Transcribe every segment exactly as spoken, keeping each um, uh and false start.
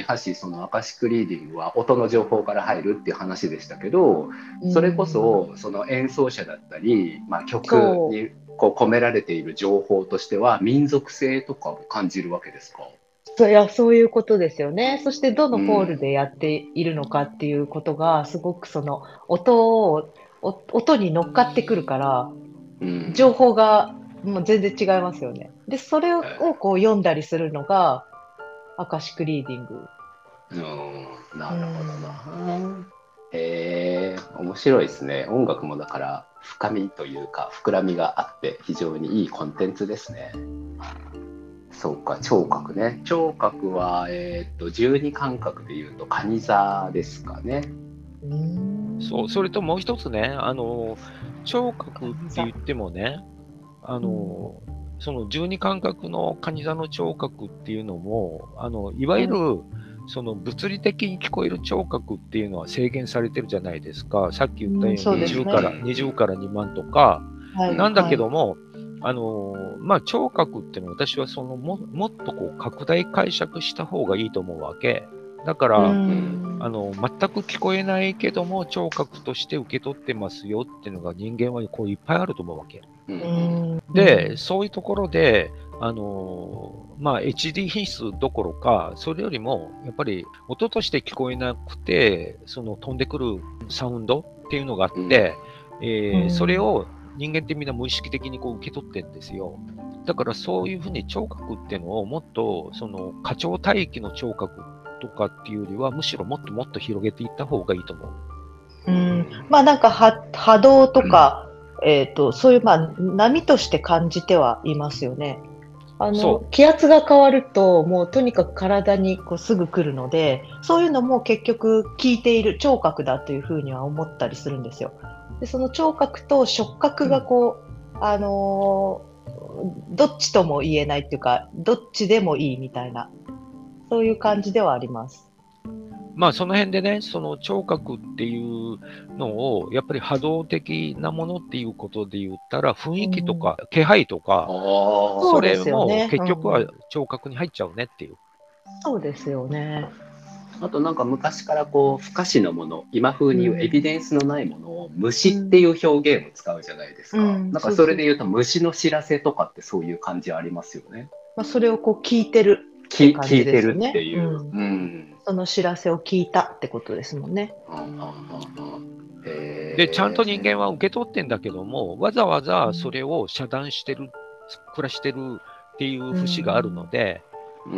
ハッシーそのアカシックリーディングは音の情報から入るっていう話でしたけど、それこそその演奏者だったり、まあ、曲にこう込められている情報としては民族性とかを感じるわけですか？ そういや、そういうことですよね。そしてどのホールでやっているのかっていうことが、すごくその音を、お音に乗っかってくるから、 うん、 情報がもう全然違いますよね。で、それをこう読んだりするのが、アカシックリーディング。 うん、なるほどうんな。へえ、面白いですね。音楽もだから深みというか膨らみがあって非常にいいコンテンツですね。そうか、聴覚ね。聴覚は、えーっと、十二感覚でいうと、蟹座ですかね。 うん。 そう、それともう一つね、あの、聴覚って言ってもね、あの、その十二感覚の蟹座の聴覚っていうのも、あの、いわゆる、その物理的に聞こえる聴覚っていうのは制限されてるじゃないですか。さっき言ったようににじゅうから、にじゅうからにまんとか、 はい、 なんだけども、はいあのまあ、聴覚っていうのは私はそのももっとこう拡大解釈した方がいいと思うわけ。だから、あの全く聞こえないけども聴覚として受け取ってますよっていうのが人間はこういっぱいあると思うわけ。 うんで、そういうところで、あのまあ、エイチディー 品質どころか、それよりもやっぱり音として聞こえなくて、その飛んでくるサウンドっていうのがあって、うんえー、それを人間ってみんな無意識的にこう受け取ってるんですよ。だからそういうふうに聴覚っていうのをもっとその過聴帯域の聴覚とかっていうよりはむしろもっともっと広げていった方がいいと思う。 うん、まあなんか波動とか、うん、えっとそういうまあ波として感じてはいますよね。あの気圧が変わるともうとにかく体にこうすぐ来るので、そういうのも結局聞いている聴覚だというふうには思ったりするんですよ。でその聴覚と触覚がこう、うん、あのー、どっちとも言えないっていうかどっちでもいいみたいなそういう感じではあります。 まあその辺でね、その聴覚っていうのをやっぱり波動的なものっていうことで言ったら雰囲気とか気配とか、うん、それも結局は聴覚に入っちゃうねっていう。 そうですよね。 あとなんか昔からこう不可視のもの、今風に言うエビデンスのないものを虫っていう表現を使うじゃないですか。うん、なんかそれで言うと虫の知らせとかってそういう感じありますよね。 まあ、それをこう聞いてるって感じですよね。 聞いてるっていう、うんうん、その知らせを聞いたってことですもんね。 でちゃんと人間は受け取ってんだけども、わざわざそれを遮断してる、暮らしてるっていう節があるので、うん、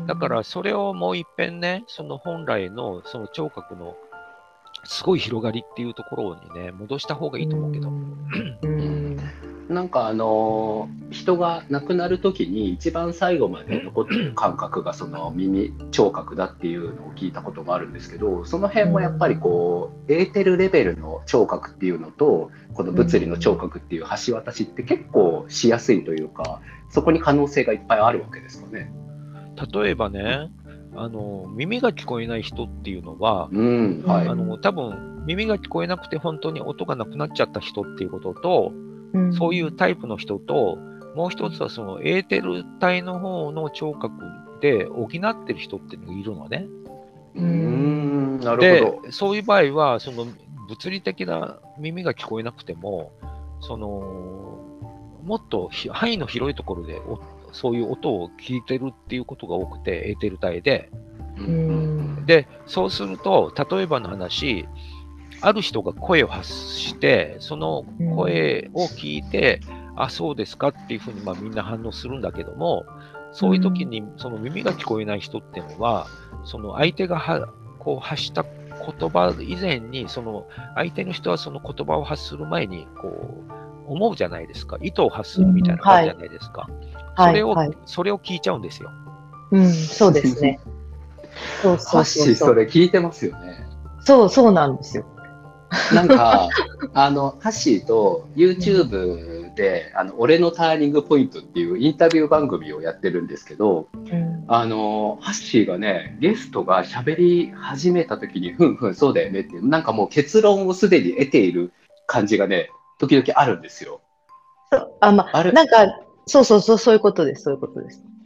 だからそれをもう一遍ね、その本来のその聴覚のすごい広がりっていうところにね、戻した方がいいと思うけど。 うんなんかあの人が亡くなる時に一番最後まで残ってる感覚がその耳聴覚だっていうのを聞いたことがあるんですけど、その辺もやっぱりこうエーテルレベルの聴覚っていうのとこの物理の聴覚っていう橋渡しって結構しやすいというか、そこに可能性がいっぱいあるわけですかね。 例えばね、あの耳が聞こえない人っていうのは、 うんはい、 あの多分耳が聞こえなくて本当に音がなくなっちゃった人っていうことと、うん、そういうタイプの人と、もう一つはそのエーテル体の方の聴覚で補ってる人っていうのがいるのね。 うーんなるほど。 でそういう場合はその物理的な耳が聞こえなくても、そのもっと範囲の広いところでそういう音を聞いてるっていうことが多くて、エーテル体で。うんで、そうすると、例えばの話、ある人が声を発して、その声を聞いて、うん、あ、そうですかっていうふうにまあみんな反応するんだけども、そういう時にその耳が聞こえない人っていうのは、その相手がはこう発した言葉以前に、その相手の人はその言葉を発する前にこう思うじゃないですか。意図を発するみたいなのがあるじゃないですか。うんはい、それを、はいはい、それを聞いちゃうんですよ。 うん、そうですね。 そうそうそうそう。ハッシーそれ聞いてますよね。 そうそうなんですよ。 なんかあのハッシーと YouTube で、うん、あの俺のターニングポイントっていうインタビュー番組をやってるんですけど、うん、あのハッシーがねゲストが喋り始めた時にふんふんそうだよねってなんかもう結論をすでに得ている感じがね時々あるんですよ。 あまあ、なんかそうそうそうそういうことですそういうことです。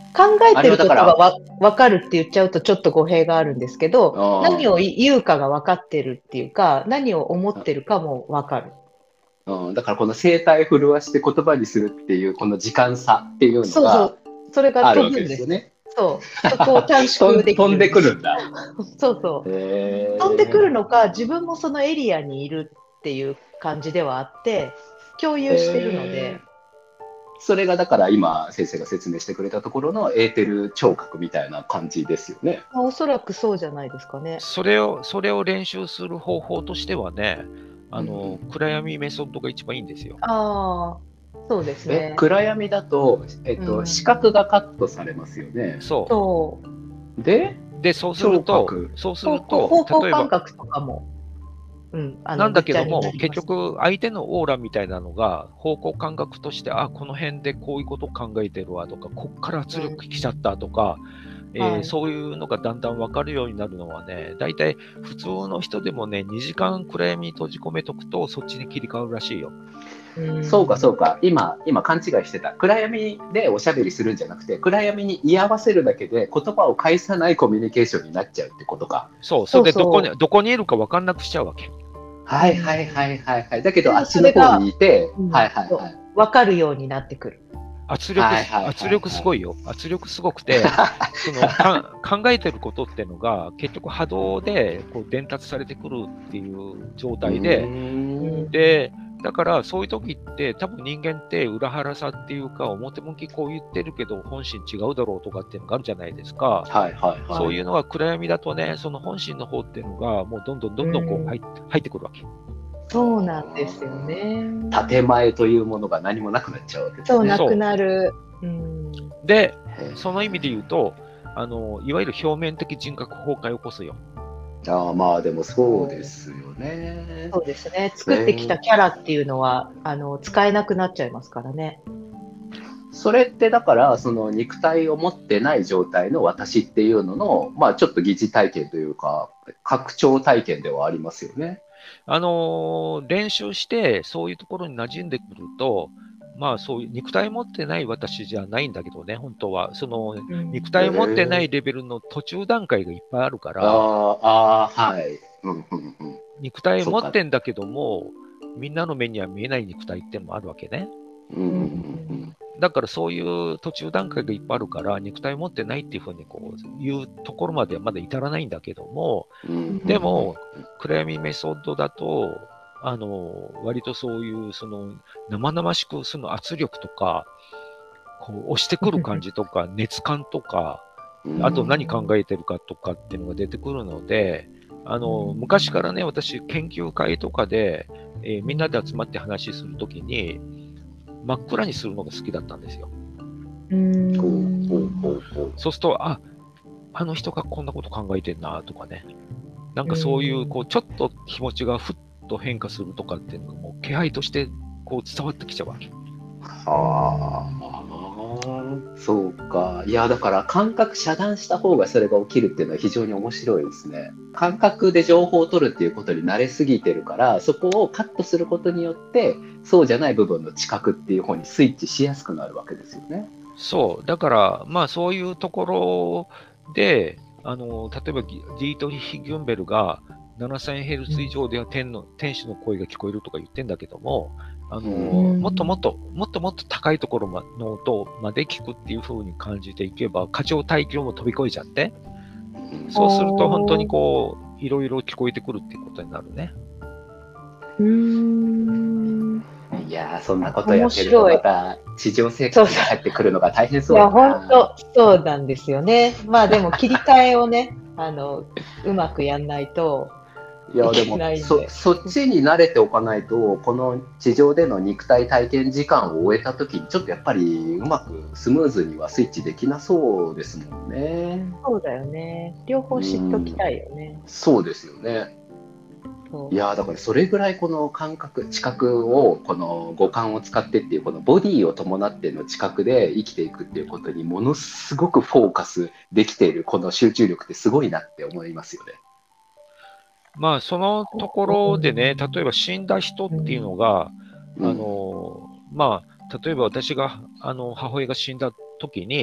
考えてることあれはだからがわ分かるって言っちゃうとちょっと語弊があるんですけど、 あー何を言うかが分かってるっていうか、何を思ってるかも分かる。 うん、だからこの声帯震わして言葉にするっていうこの時間差っていうのがそうそう。それがあるわ飛ぶんですよ。 けですよね。 そう。そこを短飛縮できん飛んでるんです。 くるんだ。 そうそう。 へ飛んでくるーのか、自分もそのエリアにいるっていう感じではあって、共有してるので、 へーそれがだから今先生が説明してくれたところのエーテル聴覚みたいな感じですよね。 まあ、おそらくそうじゃないですかね。 それを、それを練習する方法としてはね、あの、 うん暗闇メソッドが一番いいんですよ。 ああ、そうですえね。 暗闇だと、えっとうん視覚がカットされますよね。 そそう。 でう。で、そうする聴と覚、 そうす方ると、 向方向例えば、 感覚とかも、うん、あの、 なんだぐっちゃけども、結になります。 局、相手のオーラみたいなのが、方向感覚として、あ、この辺でこういうこと考えてるわとか、こっから圧力来ちゃったとか、えーはいそういうのがだんだん分かるようになるのはね、大体普通の人でもね、にじかん暗闇に閉じ込めとくと、そっちに切り替わるらしいよ。 うんそうかそうか今今勘違いしてた。暗闇でおしゃべりするんじゃなくて暗闇に居合わせるだけで言葉を返さないコミュニケーションになっちゃうってことか。 そう、そそうれでどこにそどこにいるか分かんなくしちゃうわけ。 はいはいはいはいはい。だけでもどあっちの方にいて、 うんはいはいはい。 分かるようになってくる。 圧力、 はいはいはいはい圧力すごいよ。圧力すごくて、そのか考えてることっていうのが、結局波動でこう伝達されてくるっていう状態うで、 ーんで、だからそういう時って多分人間って裏腹さっていうか表向きこう言ってるけど本心違うだろうとかっていうのがあるじゃないですか。 はいはいはい。 そういうのが暗闇だとね、その本心の方っていうのがもうどんどんどんどんこう入って入ってくるわけ。 そうなんですよね。 建前というものが何もなくなっちゃうわけですそう、 ね。 なくなる。うん。 で、 へーその意味で言うと、あのいわゆる表面的人格崩壊を起こすよ。 ああまあでもそうですよね。 そうですね。作ってきたキャラっていうのは、あの、使えなくなっちゃいますからね。 それってだからその肉体を持ってない状態の私っていうののまあちょっと疑似体験というか拡張体験ではありますよね。 あのー練習してそういうところに馴染んでくると、まあそういう肉体持ってない私じゃないんだけどね、本当は。そのうん肉体持ってないレベルの途中段階がいっぱいあるかあら、 ーあーはい。うんうんうん。 肉体持ってんだけども、みんなの目には見えない肉体っていうのもあるわけね。 うんうんうんだからそういう途中段階がいっぱいあるから、肉体持ってないっていうふうにこういうところまではまだ至らないんだけども、 うんうん。 でも、暗闇メソッドだと、あの、割とそういう、その、生々しく、その圧力とか、こう、押してくる感じとか、熱感とか、 うん、 あと何考えてるかとかっていうのが出てくるので、あの、昔からね、私、研究会とかで、えーみんなで集まって話するときに、真っ暗にするのが好きだったんですよ。 うんほうほうほうほう。 そうすると、あ、あの人がこんなこと考えてんなとかね。なんかそういう、こう、ちょっと気持ちがふっと変化するとかっていうのがもう気配としてこう伝わってきちゃうわけ。 はあ、そうか。いや、だから感覚遮断した方がそれが起きるっていうのは非常に面白いですね。感覚で情報を取るっていうことに慣れすぎてるから、そこをカットすることによって、そうじゃない部分の知覚っていう方にスイッチしやすくなるわけですよね。 そう。だから、まあそういうところで、あの、例えばディートリヒ・ギュンベルがななせんヘルツ以上では天の天使の声が聞こえるとか言ってんだけども、あの、 うんもっともっと、もっともっと高いところまの音まで聞くっていう風に感じていけば、過剰大気量も飛び越えちゃって、そうすると本当にこう、いろいろ聞こえてくるっていうことになるね。 うーん。 いやー、そんなことやってるとまた地上生活が入ってくるのが大変そだいうや、 な。 本当そうなんですよね。まあでも切り替えをね、あの、うまくやんないと。 いやでもいけないんでそそっちに慣れておかないとこの地上での肉体体験時間を終えた時にちょっとやっぱりうまくスムーズにはスイッチできなそうですもんね。 そうだよね。両方知っときたいよね。 そうですよね。 そういやだからそれぐらいこの感覚知覚をこの五感を使ってっていうこのボディを伴っての知覚で生きていくっていうことにものすごくフォーカスできているこの集中力ってすごいなって思いますよね。 まあそのところでね、例えば死んだ人っていうのが、 うんあの、まあ、例えば私が、あの、母親が死んだ時に、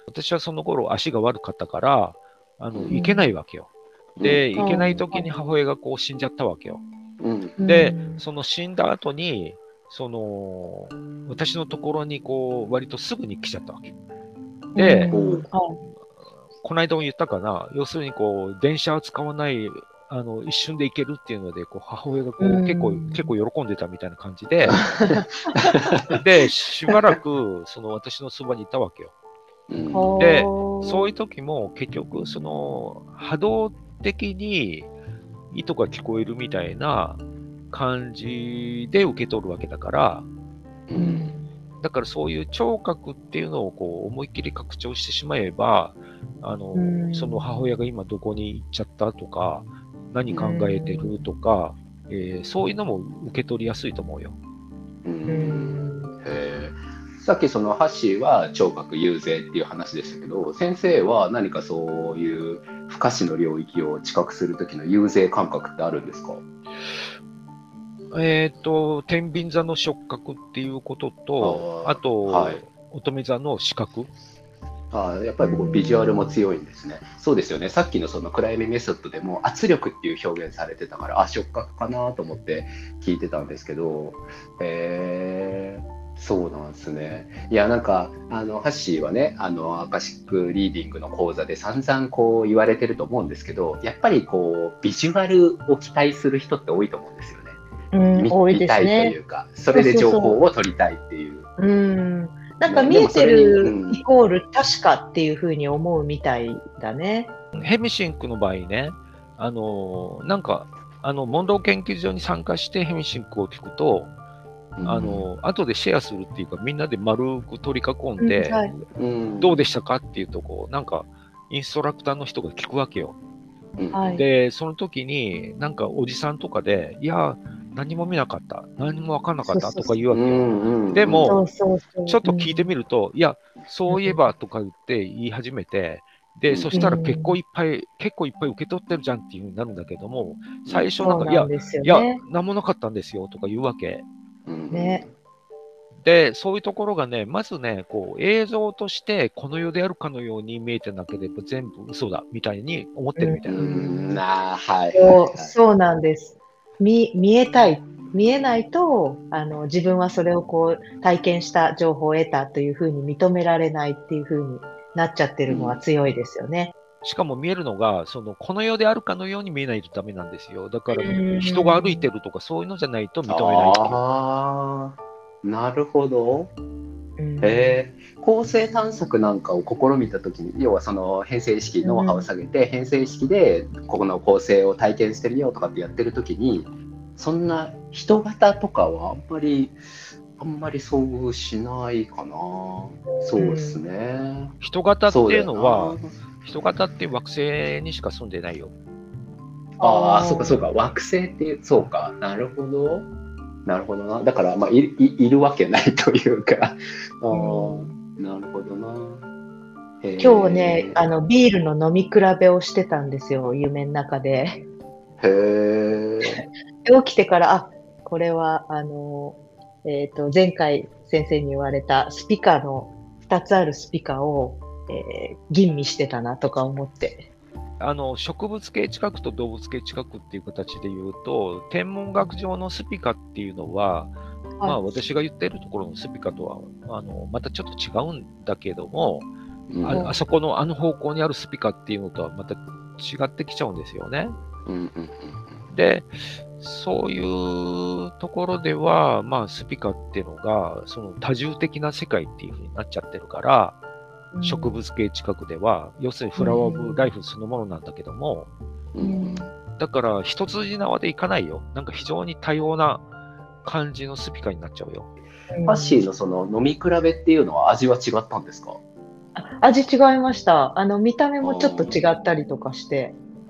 私はその頃足が悪かったから、あの、 うん行けないわけよ。で、 うん行けない時に母親がこう死んじゃったわけよ。 うんで、 うんその死んだ後に、その、私のところにこう、割とすぐに来ちゃったわけ。で、 うんはこの間も言ったかな、要するにこう、電車を使わない、あの、一瞬で行けるっていうので、こう、母親がこう、 うん結構、結構喜んでたみたいな感じで、で、しばらく、その私のそばにいたわけよ。 うんいで、 ほーそういう時も結局、その波動的に糸が聞こえるみたいな感じで受け取るわけだから、 ううんんだからそういう聴覚っていうのをこう思いっきり拡張してしまえば、あの、 うんその母親が今どこに行っちゃったとか、何考えてるとか、えーそういうのも受け取りやすいと思うよ。 ううんんへーさっきそのハッシーは聴覚遊説っていう話でしたけど、先生は何かそういう不可視の領域を知覚する時の遊説感覚ってあるんですか？ えっと、天秤座の触覚っていうことと、 あーあと、 はい乙女座の視覚。 ああ、やっぱり僕ビジュアルも強いんですね。そうですよね。さっきのその暗闇メソッドでも圧力っていう表現されてたから、あ、触覚かなと思って聞いてたんですけど、へえ、そうなんですね。いや、なんか、あの、ハッシーはね、あの、アカシックリーディングの講座で散々こう言われてると思うんですけど、やっぱりこう、ビジュアルを期待する人って多いと思うんですよね。 うん見多いです見たいといね。 うか、それで情報を取りたいっていう。 うんなんかね見えてでるもそれにうんイコール確かっていうふうに思うみたいだね。 ヘミシンクの場合ね、あの、なんか、あの、モンロー研究所に参加してヘミシンクを聞くと、あの、後でシェアするっていうか、みんなで丸く取り囲んで、 うんはいうん、 どうでしたかっていうとこう、なんか、インストラクターの人が聞くわけよ。 うんはいで、その時に、なんかおじさんとかで、いや、何も見なかった、何も分かんなかったとか言うわけよ。 うんでもそうそうそう。 ちょっと聞いてみると、いや、そういえばとか言って言い始めて、で、 うんそしたら結構いっぱい、結構いっぱい受け取ってるじゃんっていう風になるんだけども、最初そなんか、いや、 うなんですよいや、 ね。 なんもなかったんですよとか言うわけ。 うんね。 で、そういうところがね、まずね、こう、映像としてこの世であるかのように見えてなければ全部嘘だみたいに思ってるみたういな。 んなあはいはいそはいうそうなんです。見見えたい。見えないとあの自分はそれをこう体験した情報を得たというふうに認められないっていうふうになっちゃってるのは強いですよね。 しかも見えるのが、その、この世であるかのように見えないとダメなんですよ。だからうん、 人が歩いてるとかそういうのじゃないと認めないっていう。 ああなるほど。 うんへえ構成探索なんかを試みたときに、要はその編成意識ノウハウを下げて、編成意識でここの構成を体験してるよとかってやってるときに、そんな人型とかはあんまりあんまり遭遇しないかな。そうですね。 人型っていうのそはうだよ、 人型っていう惑星にしか住んでないよ。 なああ、 ーそうかそうか、惑星っていう、そうか、なるほど。なるほどな。だから、まあ、いいいるわけないというか、あーなるほどな。へー今日ね、あのビールの飲み比べをしてたんですよ、夢の中で。 へーで起きてから、あ、これは、あの、えっと、前回先生に言われたスピカの、ふたつあるスピカを、えー吟味してたなとか思って。 あの植物系近くと動物系近くっていう形で言うと、天文学上のスピカっていうのは、まあ、私が言ってるところのスピカとはあのまたちょっと違うんだけども、 うんああそこのあの方向にあるスピカっていうのとはまた違ってきちゃうんですよね。 うんうんうんで、そういうところでは、まあ、スピカっていうのが、その多重的な世界っていう風になっちゃってるから、植物系近くでは、要するにフラワーオブライフそのものなんだけども、 うんうんだから一筋縄でいかないよ。なんか非常に多様な感じのスピカになっちゃうよ。 ハッシーのその飲み比べっていうのは味は違ったんですか？ あ味違いました。あの、見た目もちょっと違ったりとかして。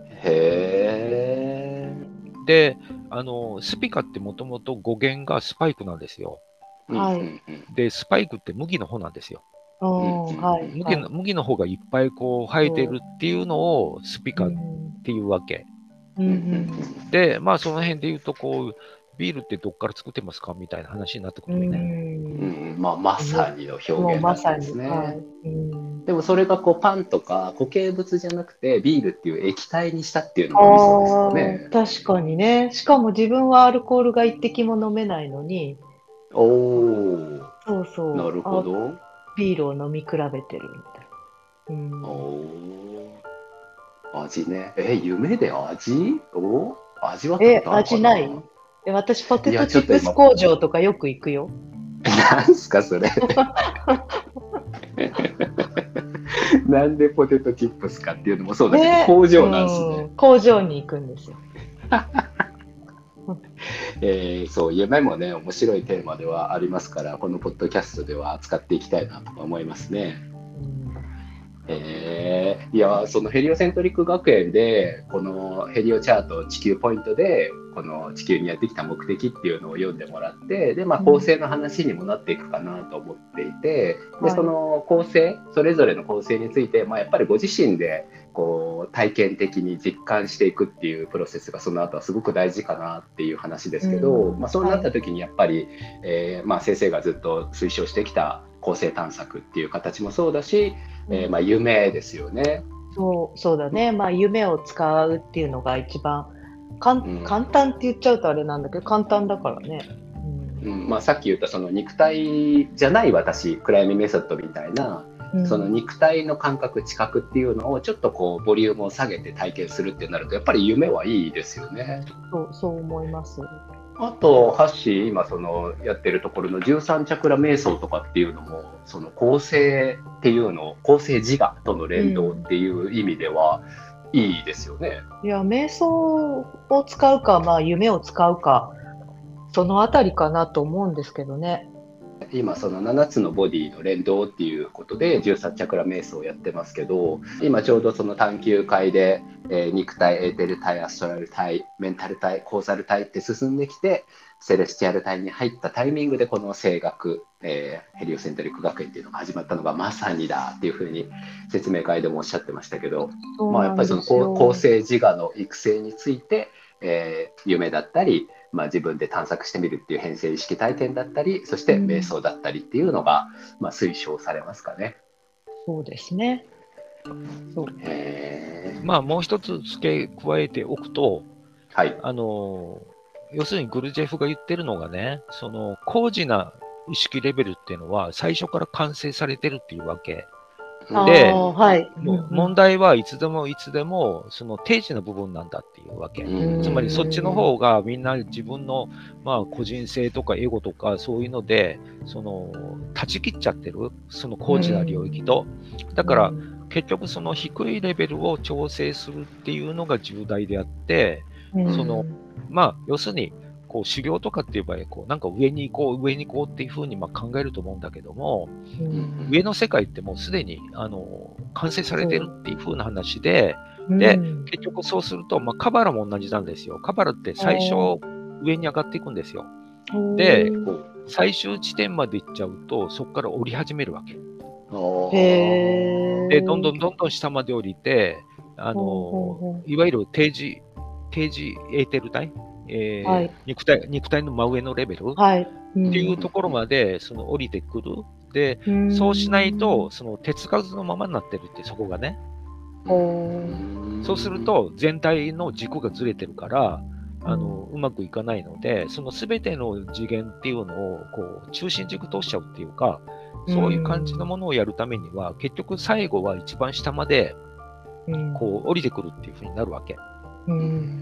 へで、あの、スピカってもともと語源がスパイクなんですよ。 ーはいうんうんうんで、スパイクって麦の方なんですよ。 うんうんはい。 麦の麦の方がいっぱいこう生えてるっていうのをスピカっうんていうわけ。 うんううんんで、まあその辺で言うと、こう、ビールってどっから作ってますかみたいな話になってくうるよね。 うんうんまあまさにの表もう現なんまさに。 ですね。 はいうんでもそれがこうパンとか固形物じゃなくてビールっていう液体にしたっていうのがミソですよあね。 あ、確かにね。しかも自分はアルコールが一滴も飲めないのに、 おお、 そうそう、 なるほあ、 ど。 ビールを飲み比べてるみたいな。うおん。 お、味ね。え、夢で味お味わったこえ、 とあるか味ない？ な。 え、私、ポテいや、 トチップスちょっと今、 工場とかよく行くよ。 なんすかそれ。なんでポテトチップスかっていうのもそうだけど、 ね、う工場なんすね。 ん、工場に行くんですよ。 えーそう、夢もね、面白いテーマではありますから、このポッドキャストでは扱っていきたいなと思いますね。 うんえーいや、そのヘリオセントリック学園で、このヘリオチャート、地球ポイントで、この地球にやってきた目的っていうのを読んでもらって、で、まあ、構成の話にもなっていくかなと思っていて、で、その構成、それぞれの構成について、まあ、やっぱりご自身で、こう、体験的に実感していくっていうプロセスが、その後はすごく大事かなっていう話ですけど、 うんまあ、そうなっはい。 た時に、やっぱり、えーまあ、先生がずっと推奨してきた構成探索っていう形もそうだし、えーまあ、夢ですよね。 そう、そうだね。まあ、夢を使うっていうのが一番、かんうん簡単って言っちゃうとあれなんだけど、簡単だからね。 うんまあ、さっき言ったその肉体じゃない私、暗闇メソッドみたいな、 うん、 その肉体の感覚、知覚っていうのをちょっとこうボリュームを下げて体験するってなると、やっぱり夢はいいですよね。 そう、そう思います。 あと、ハッシー、今そのやってるところのじゅうさんチャクラ瞑想とかっていうのも、その構成っていうの、構成自我との連動っていう意味ではいいですよね。 いや、瞑想を使うか、まあ、夢を使うか、そのあたりかなと思うんですけどね。 今そのななつのボディの連動っていうことでじゅうさんチャクラ瞑想をやってますけど、今ちょうどその探求会で、えー肉体、エーテル体、アストラル体、メンタル体、コーザル体って進んできて、セレスティアル体に入ったタイミングでこの声楽、えーヘリオセントリック学園っていうのが始まったのがまさにだっていうふうに説明会でもおっしゃってましたけど、まあ、やっぱりその構成自我の育成について、えー夢だったり、まあ、自分で探索してみるっていう変性意識体験だったり、そして瞑想だったりっていうのが、まあ、推奨されますかね。 そうですね。そうへまあ、もう一つ付け加えておくと、 はい。 あの、要するにグルジェフが言ってるのがね、その高次な意識レベルっていうのは最初から完成されてるっていうわけ。で、 ああ、はい。 もう問題はいつでもいつでもその低次な部分なんだっていうわけ。 うんつまりそっちの方がみんな自分のまあ個人性とかエゴとかそういうのでその断ち切っちゃってるその高次な領域と。だから結局その低いレベルを調整するっていうのが重大であって、そのまあ要するにこう修行とかっていう場合こうなんか上に行こう上に行こうっていうふうにまあ考えると思うんだけども、 うん上の世界ってもうすでにあの完成されてるっていう風な話で、 うんで、結局そうすると、まあ、カバラも同じなんですよ。カバラって最初上に上がっていくんですよ。で、最終地点まで行っちゃうと、そこから降り始めるわけ。 へーで、どんどんどんどん下まで降りて、あのいわゆる定時、定時エーテル体、えーはい肉体、肉体の真上のレベル、 はい。 っていうところまでその降りてくる。で、そうしないと、その手つかずのままになってるって、そこがね。そうすると、全体の軸がずれてるから、あの、うまくいかないので、その全ての次元っていうのを、こう、中心軸通しちゃうっていうか、そういう感じのものをやるためには、結局最後は一番下まで、こう、降りてくるっていうふうになるわけ。 うん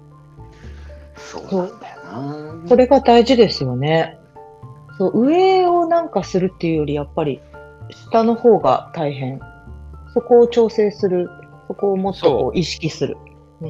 そうなんだよな。 それが大事ですよね。そう上をなんかするっていうより、やっぱり下の方が大変。そこを調整する。そこをもっとこう意識する。 うん、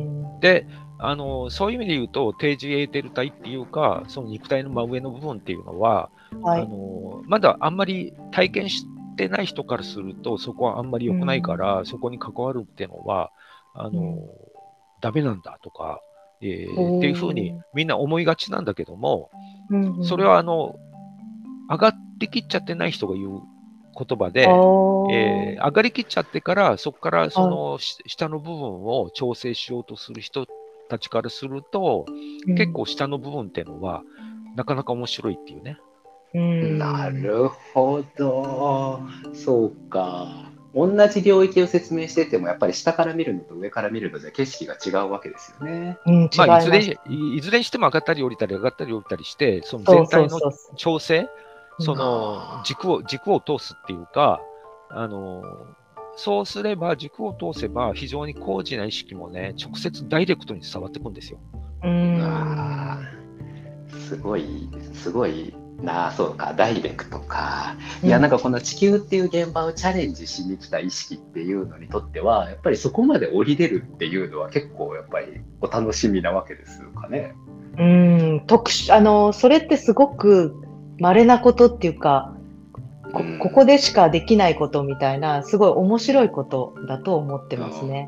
で、あの、そういう意味で言うと、低次エーテル体っていうか、その肉体の真上の部分っていうのは、はい、あのまだあんまり体験してない人からすると、そこはあんまり良くないから、うん、そこに関わるっていうのは、あの、うん、ダメなんだとか、えー、っていうふうにみんな思いがちなんだけども、うんうん、それはあの、上がってきっちゃってない人が言う言葉で、えー、上がりきっちゃってから、そこからその下の部分を調整しようとする人たちからすると、うん、結構下の部分っていうのは、なかなか面白いっていうね。 うん、なるほど。そうか。 同じ領域を説明しててもやっぱり下から見るのと上から見るのじゃ景色が違うわけですよね。 うん、違いまあ、いずれます。 いいずれにしても上がったり降りたり上がったり降りたりして、そのそう全体のそうそうそう。 調整、 うんその軸を軸を通すっていうか、あのそうすれば、軸を通せば、非常に高次な意識もね、直接ダイレクトに伝わってくるんですよ。 うーん。 あーすごい、すごいなあ、そうか、ダイレクトか。いや、 うんなんかこの地球っていう現場をチャレンジしに来た意識っていうのにとっては、やっぱりそこまで降りれるっていうのは結構やっぱりお楽しみなわけですかね。 うーん、特殊、あの、それってすごく稀なことっていうか、こ、 うんここでしかできないことみたいな、すごい面白いことだと思ってますね。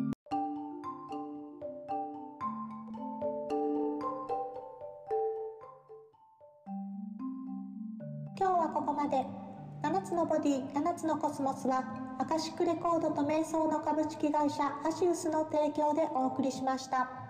今日はここまで。ななつのボディ、ななつのコスモスは、アカシックレコードと瞑想の株式会社アシウスの提供でお送りしました。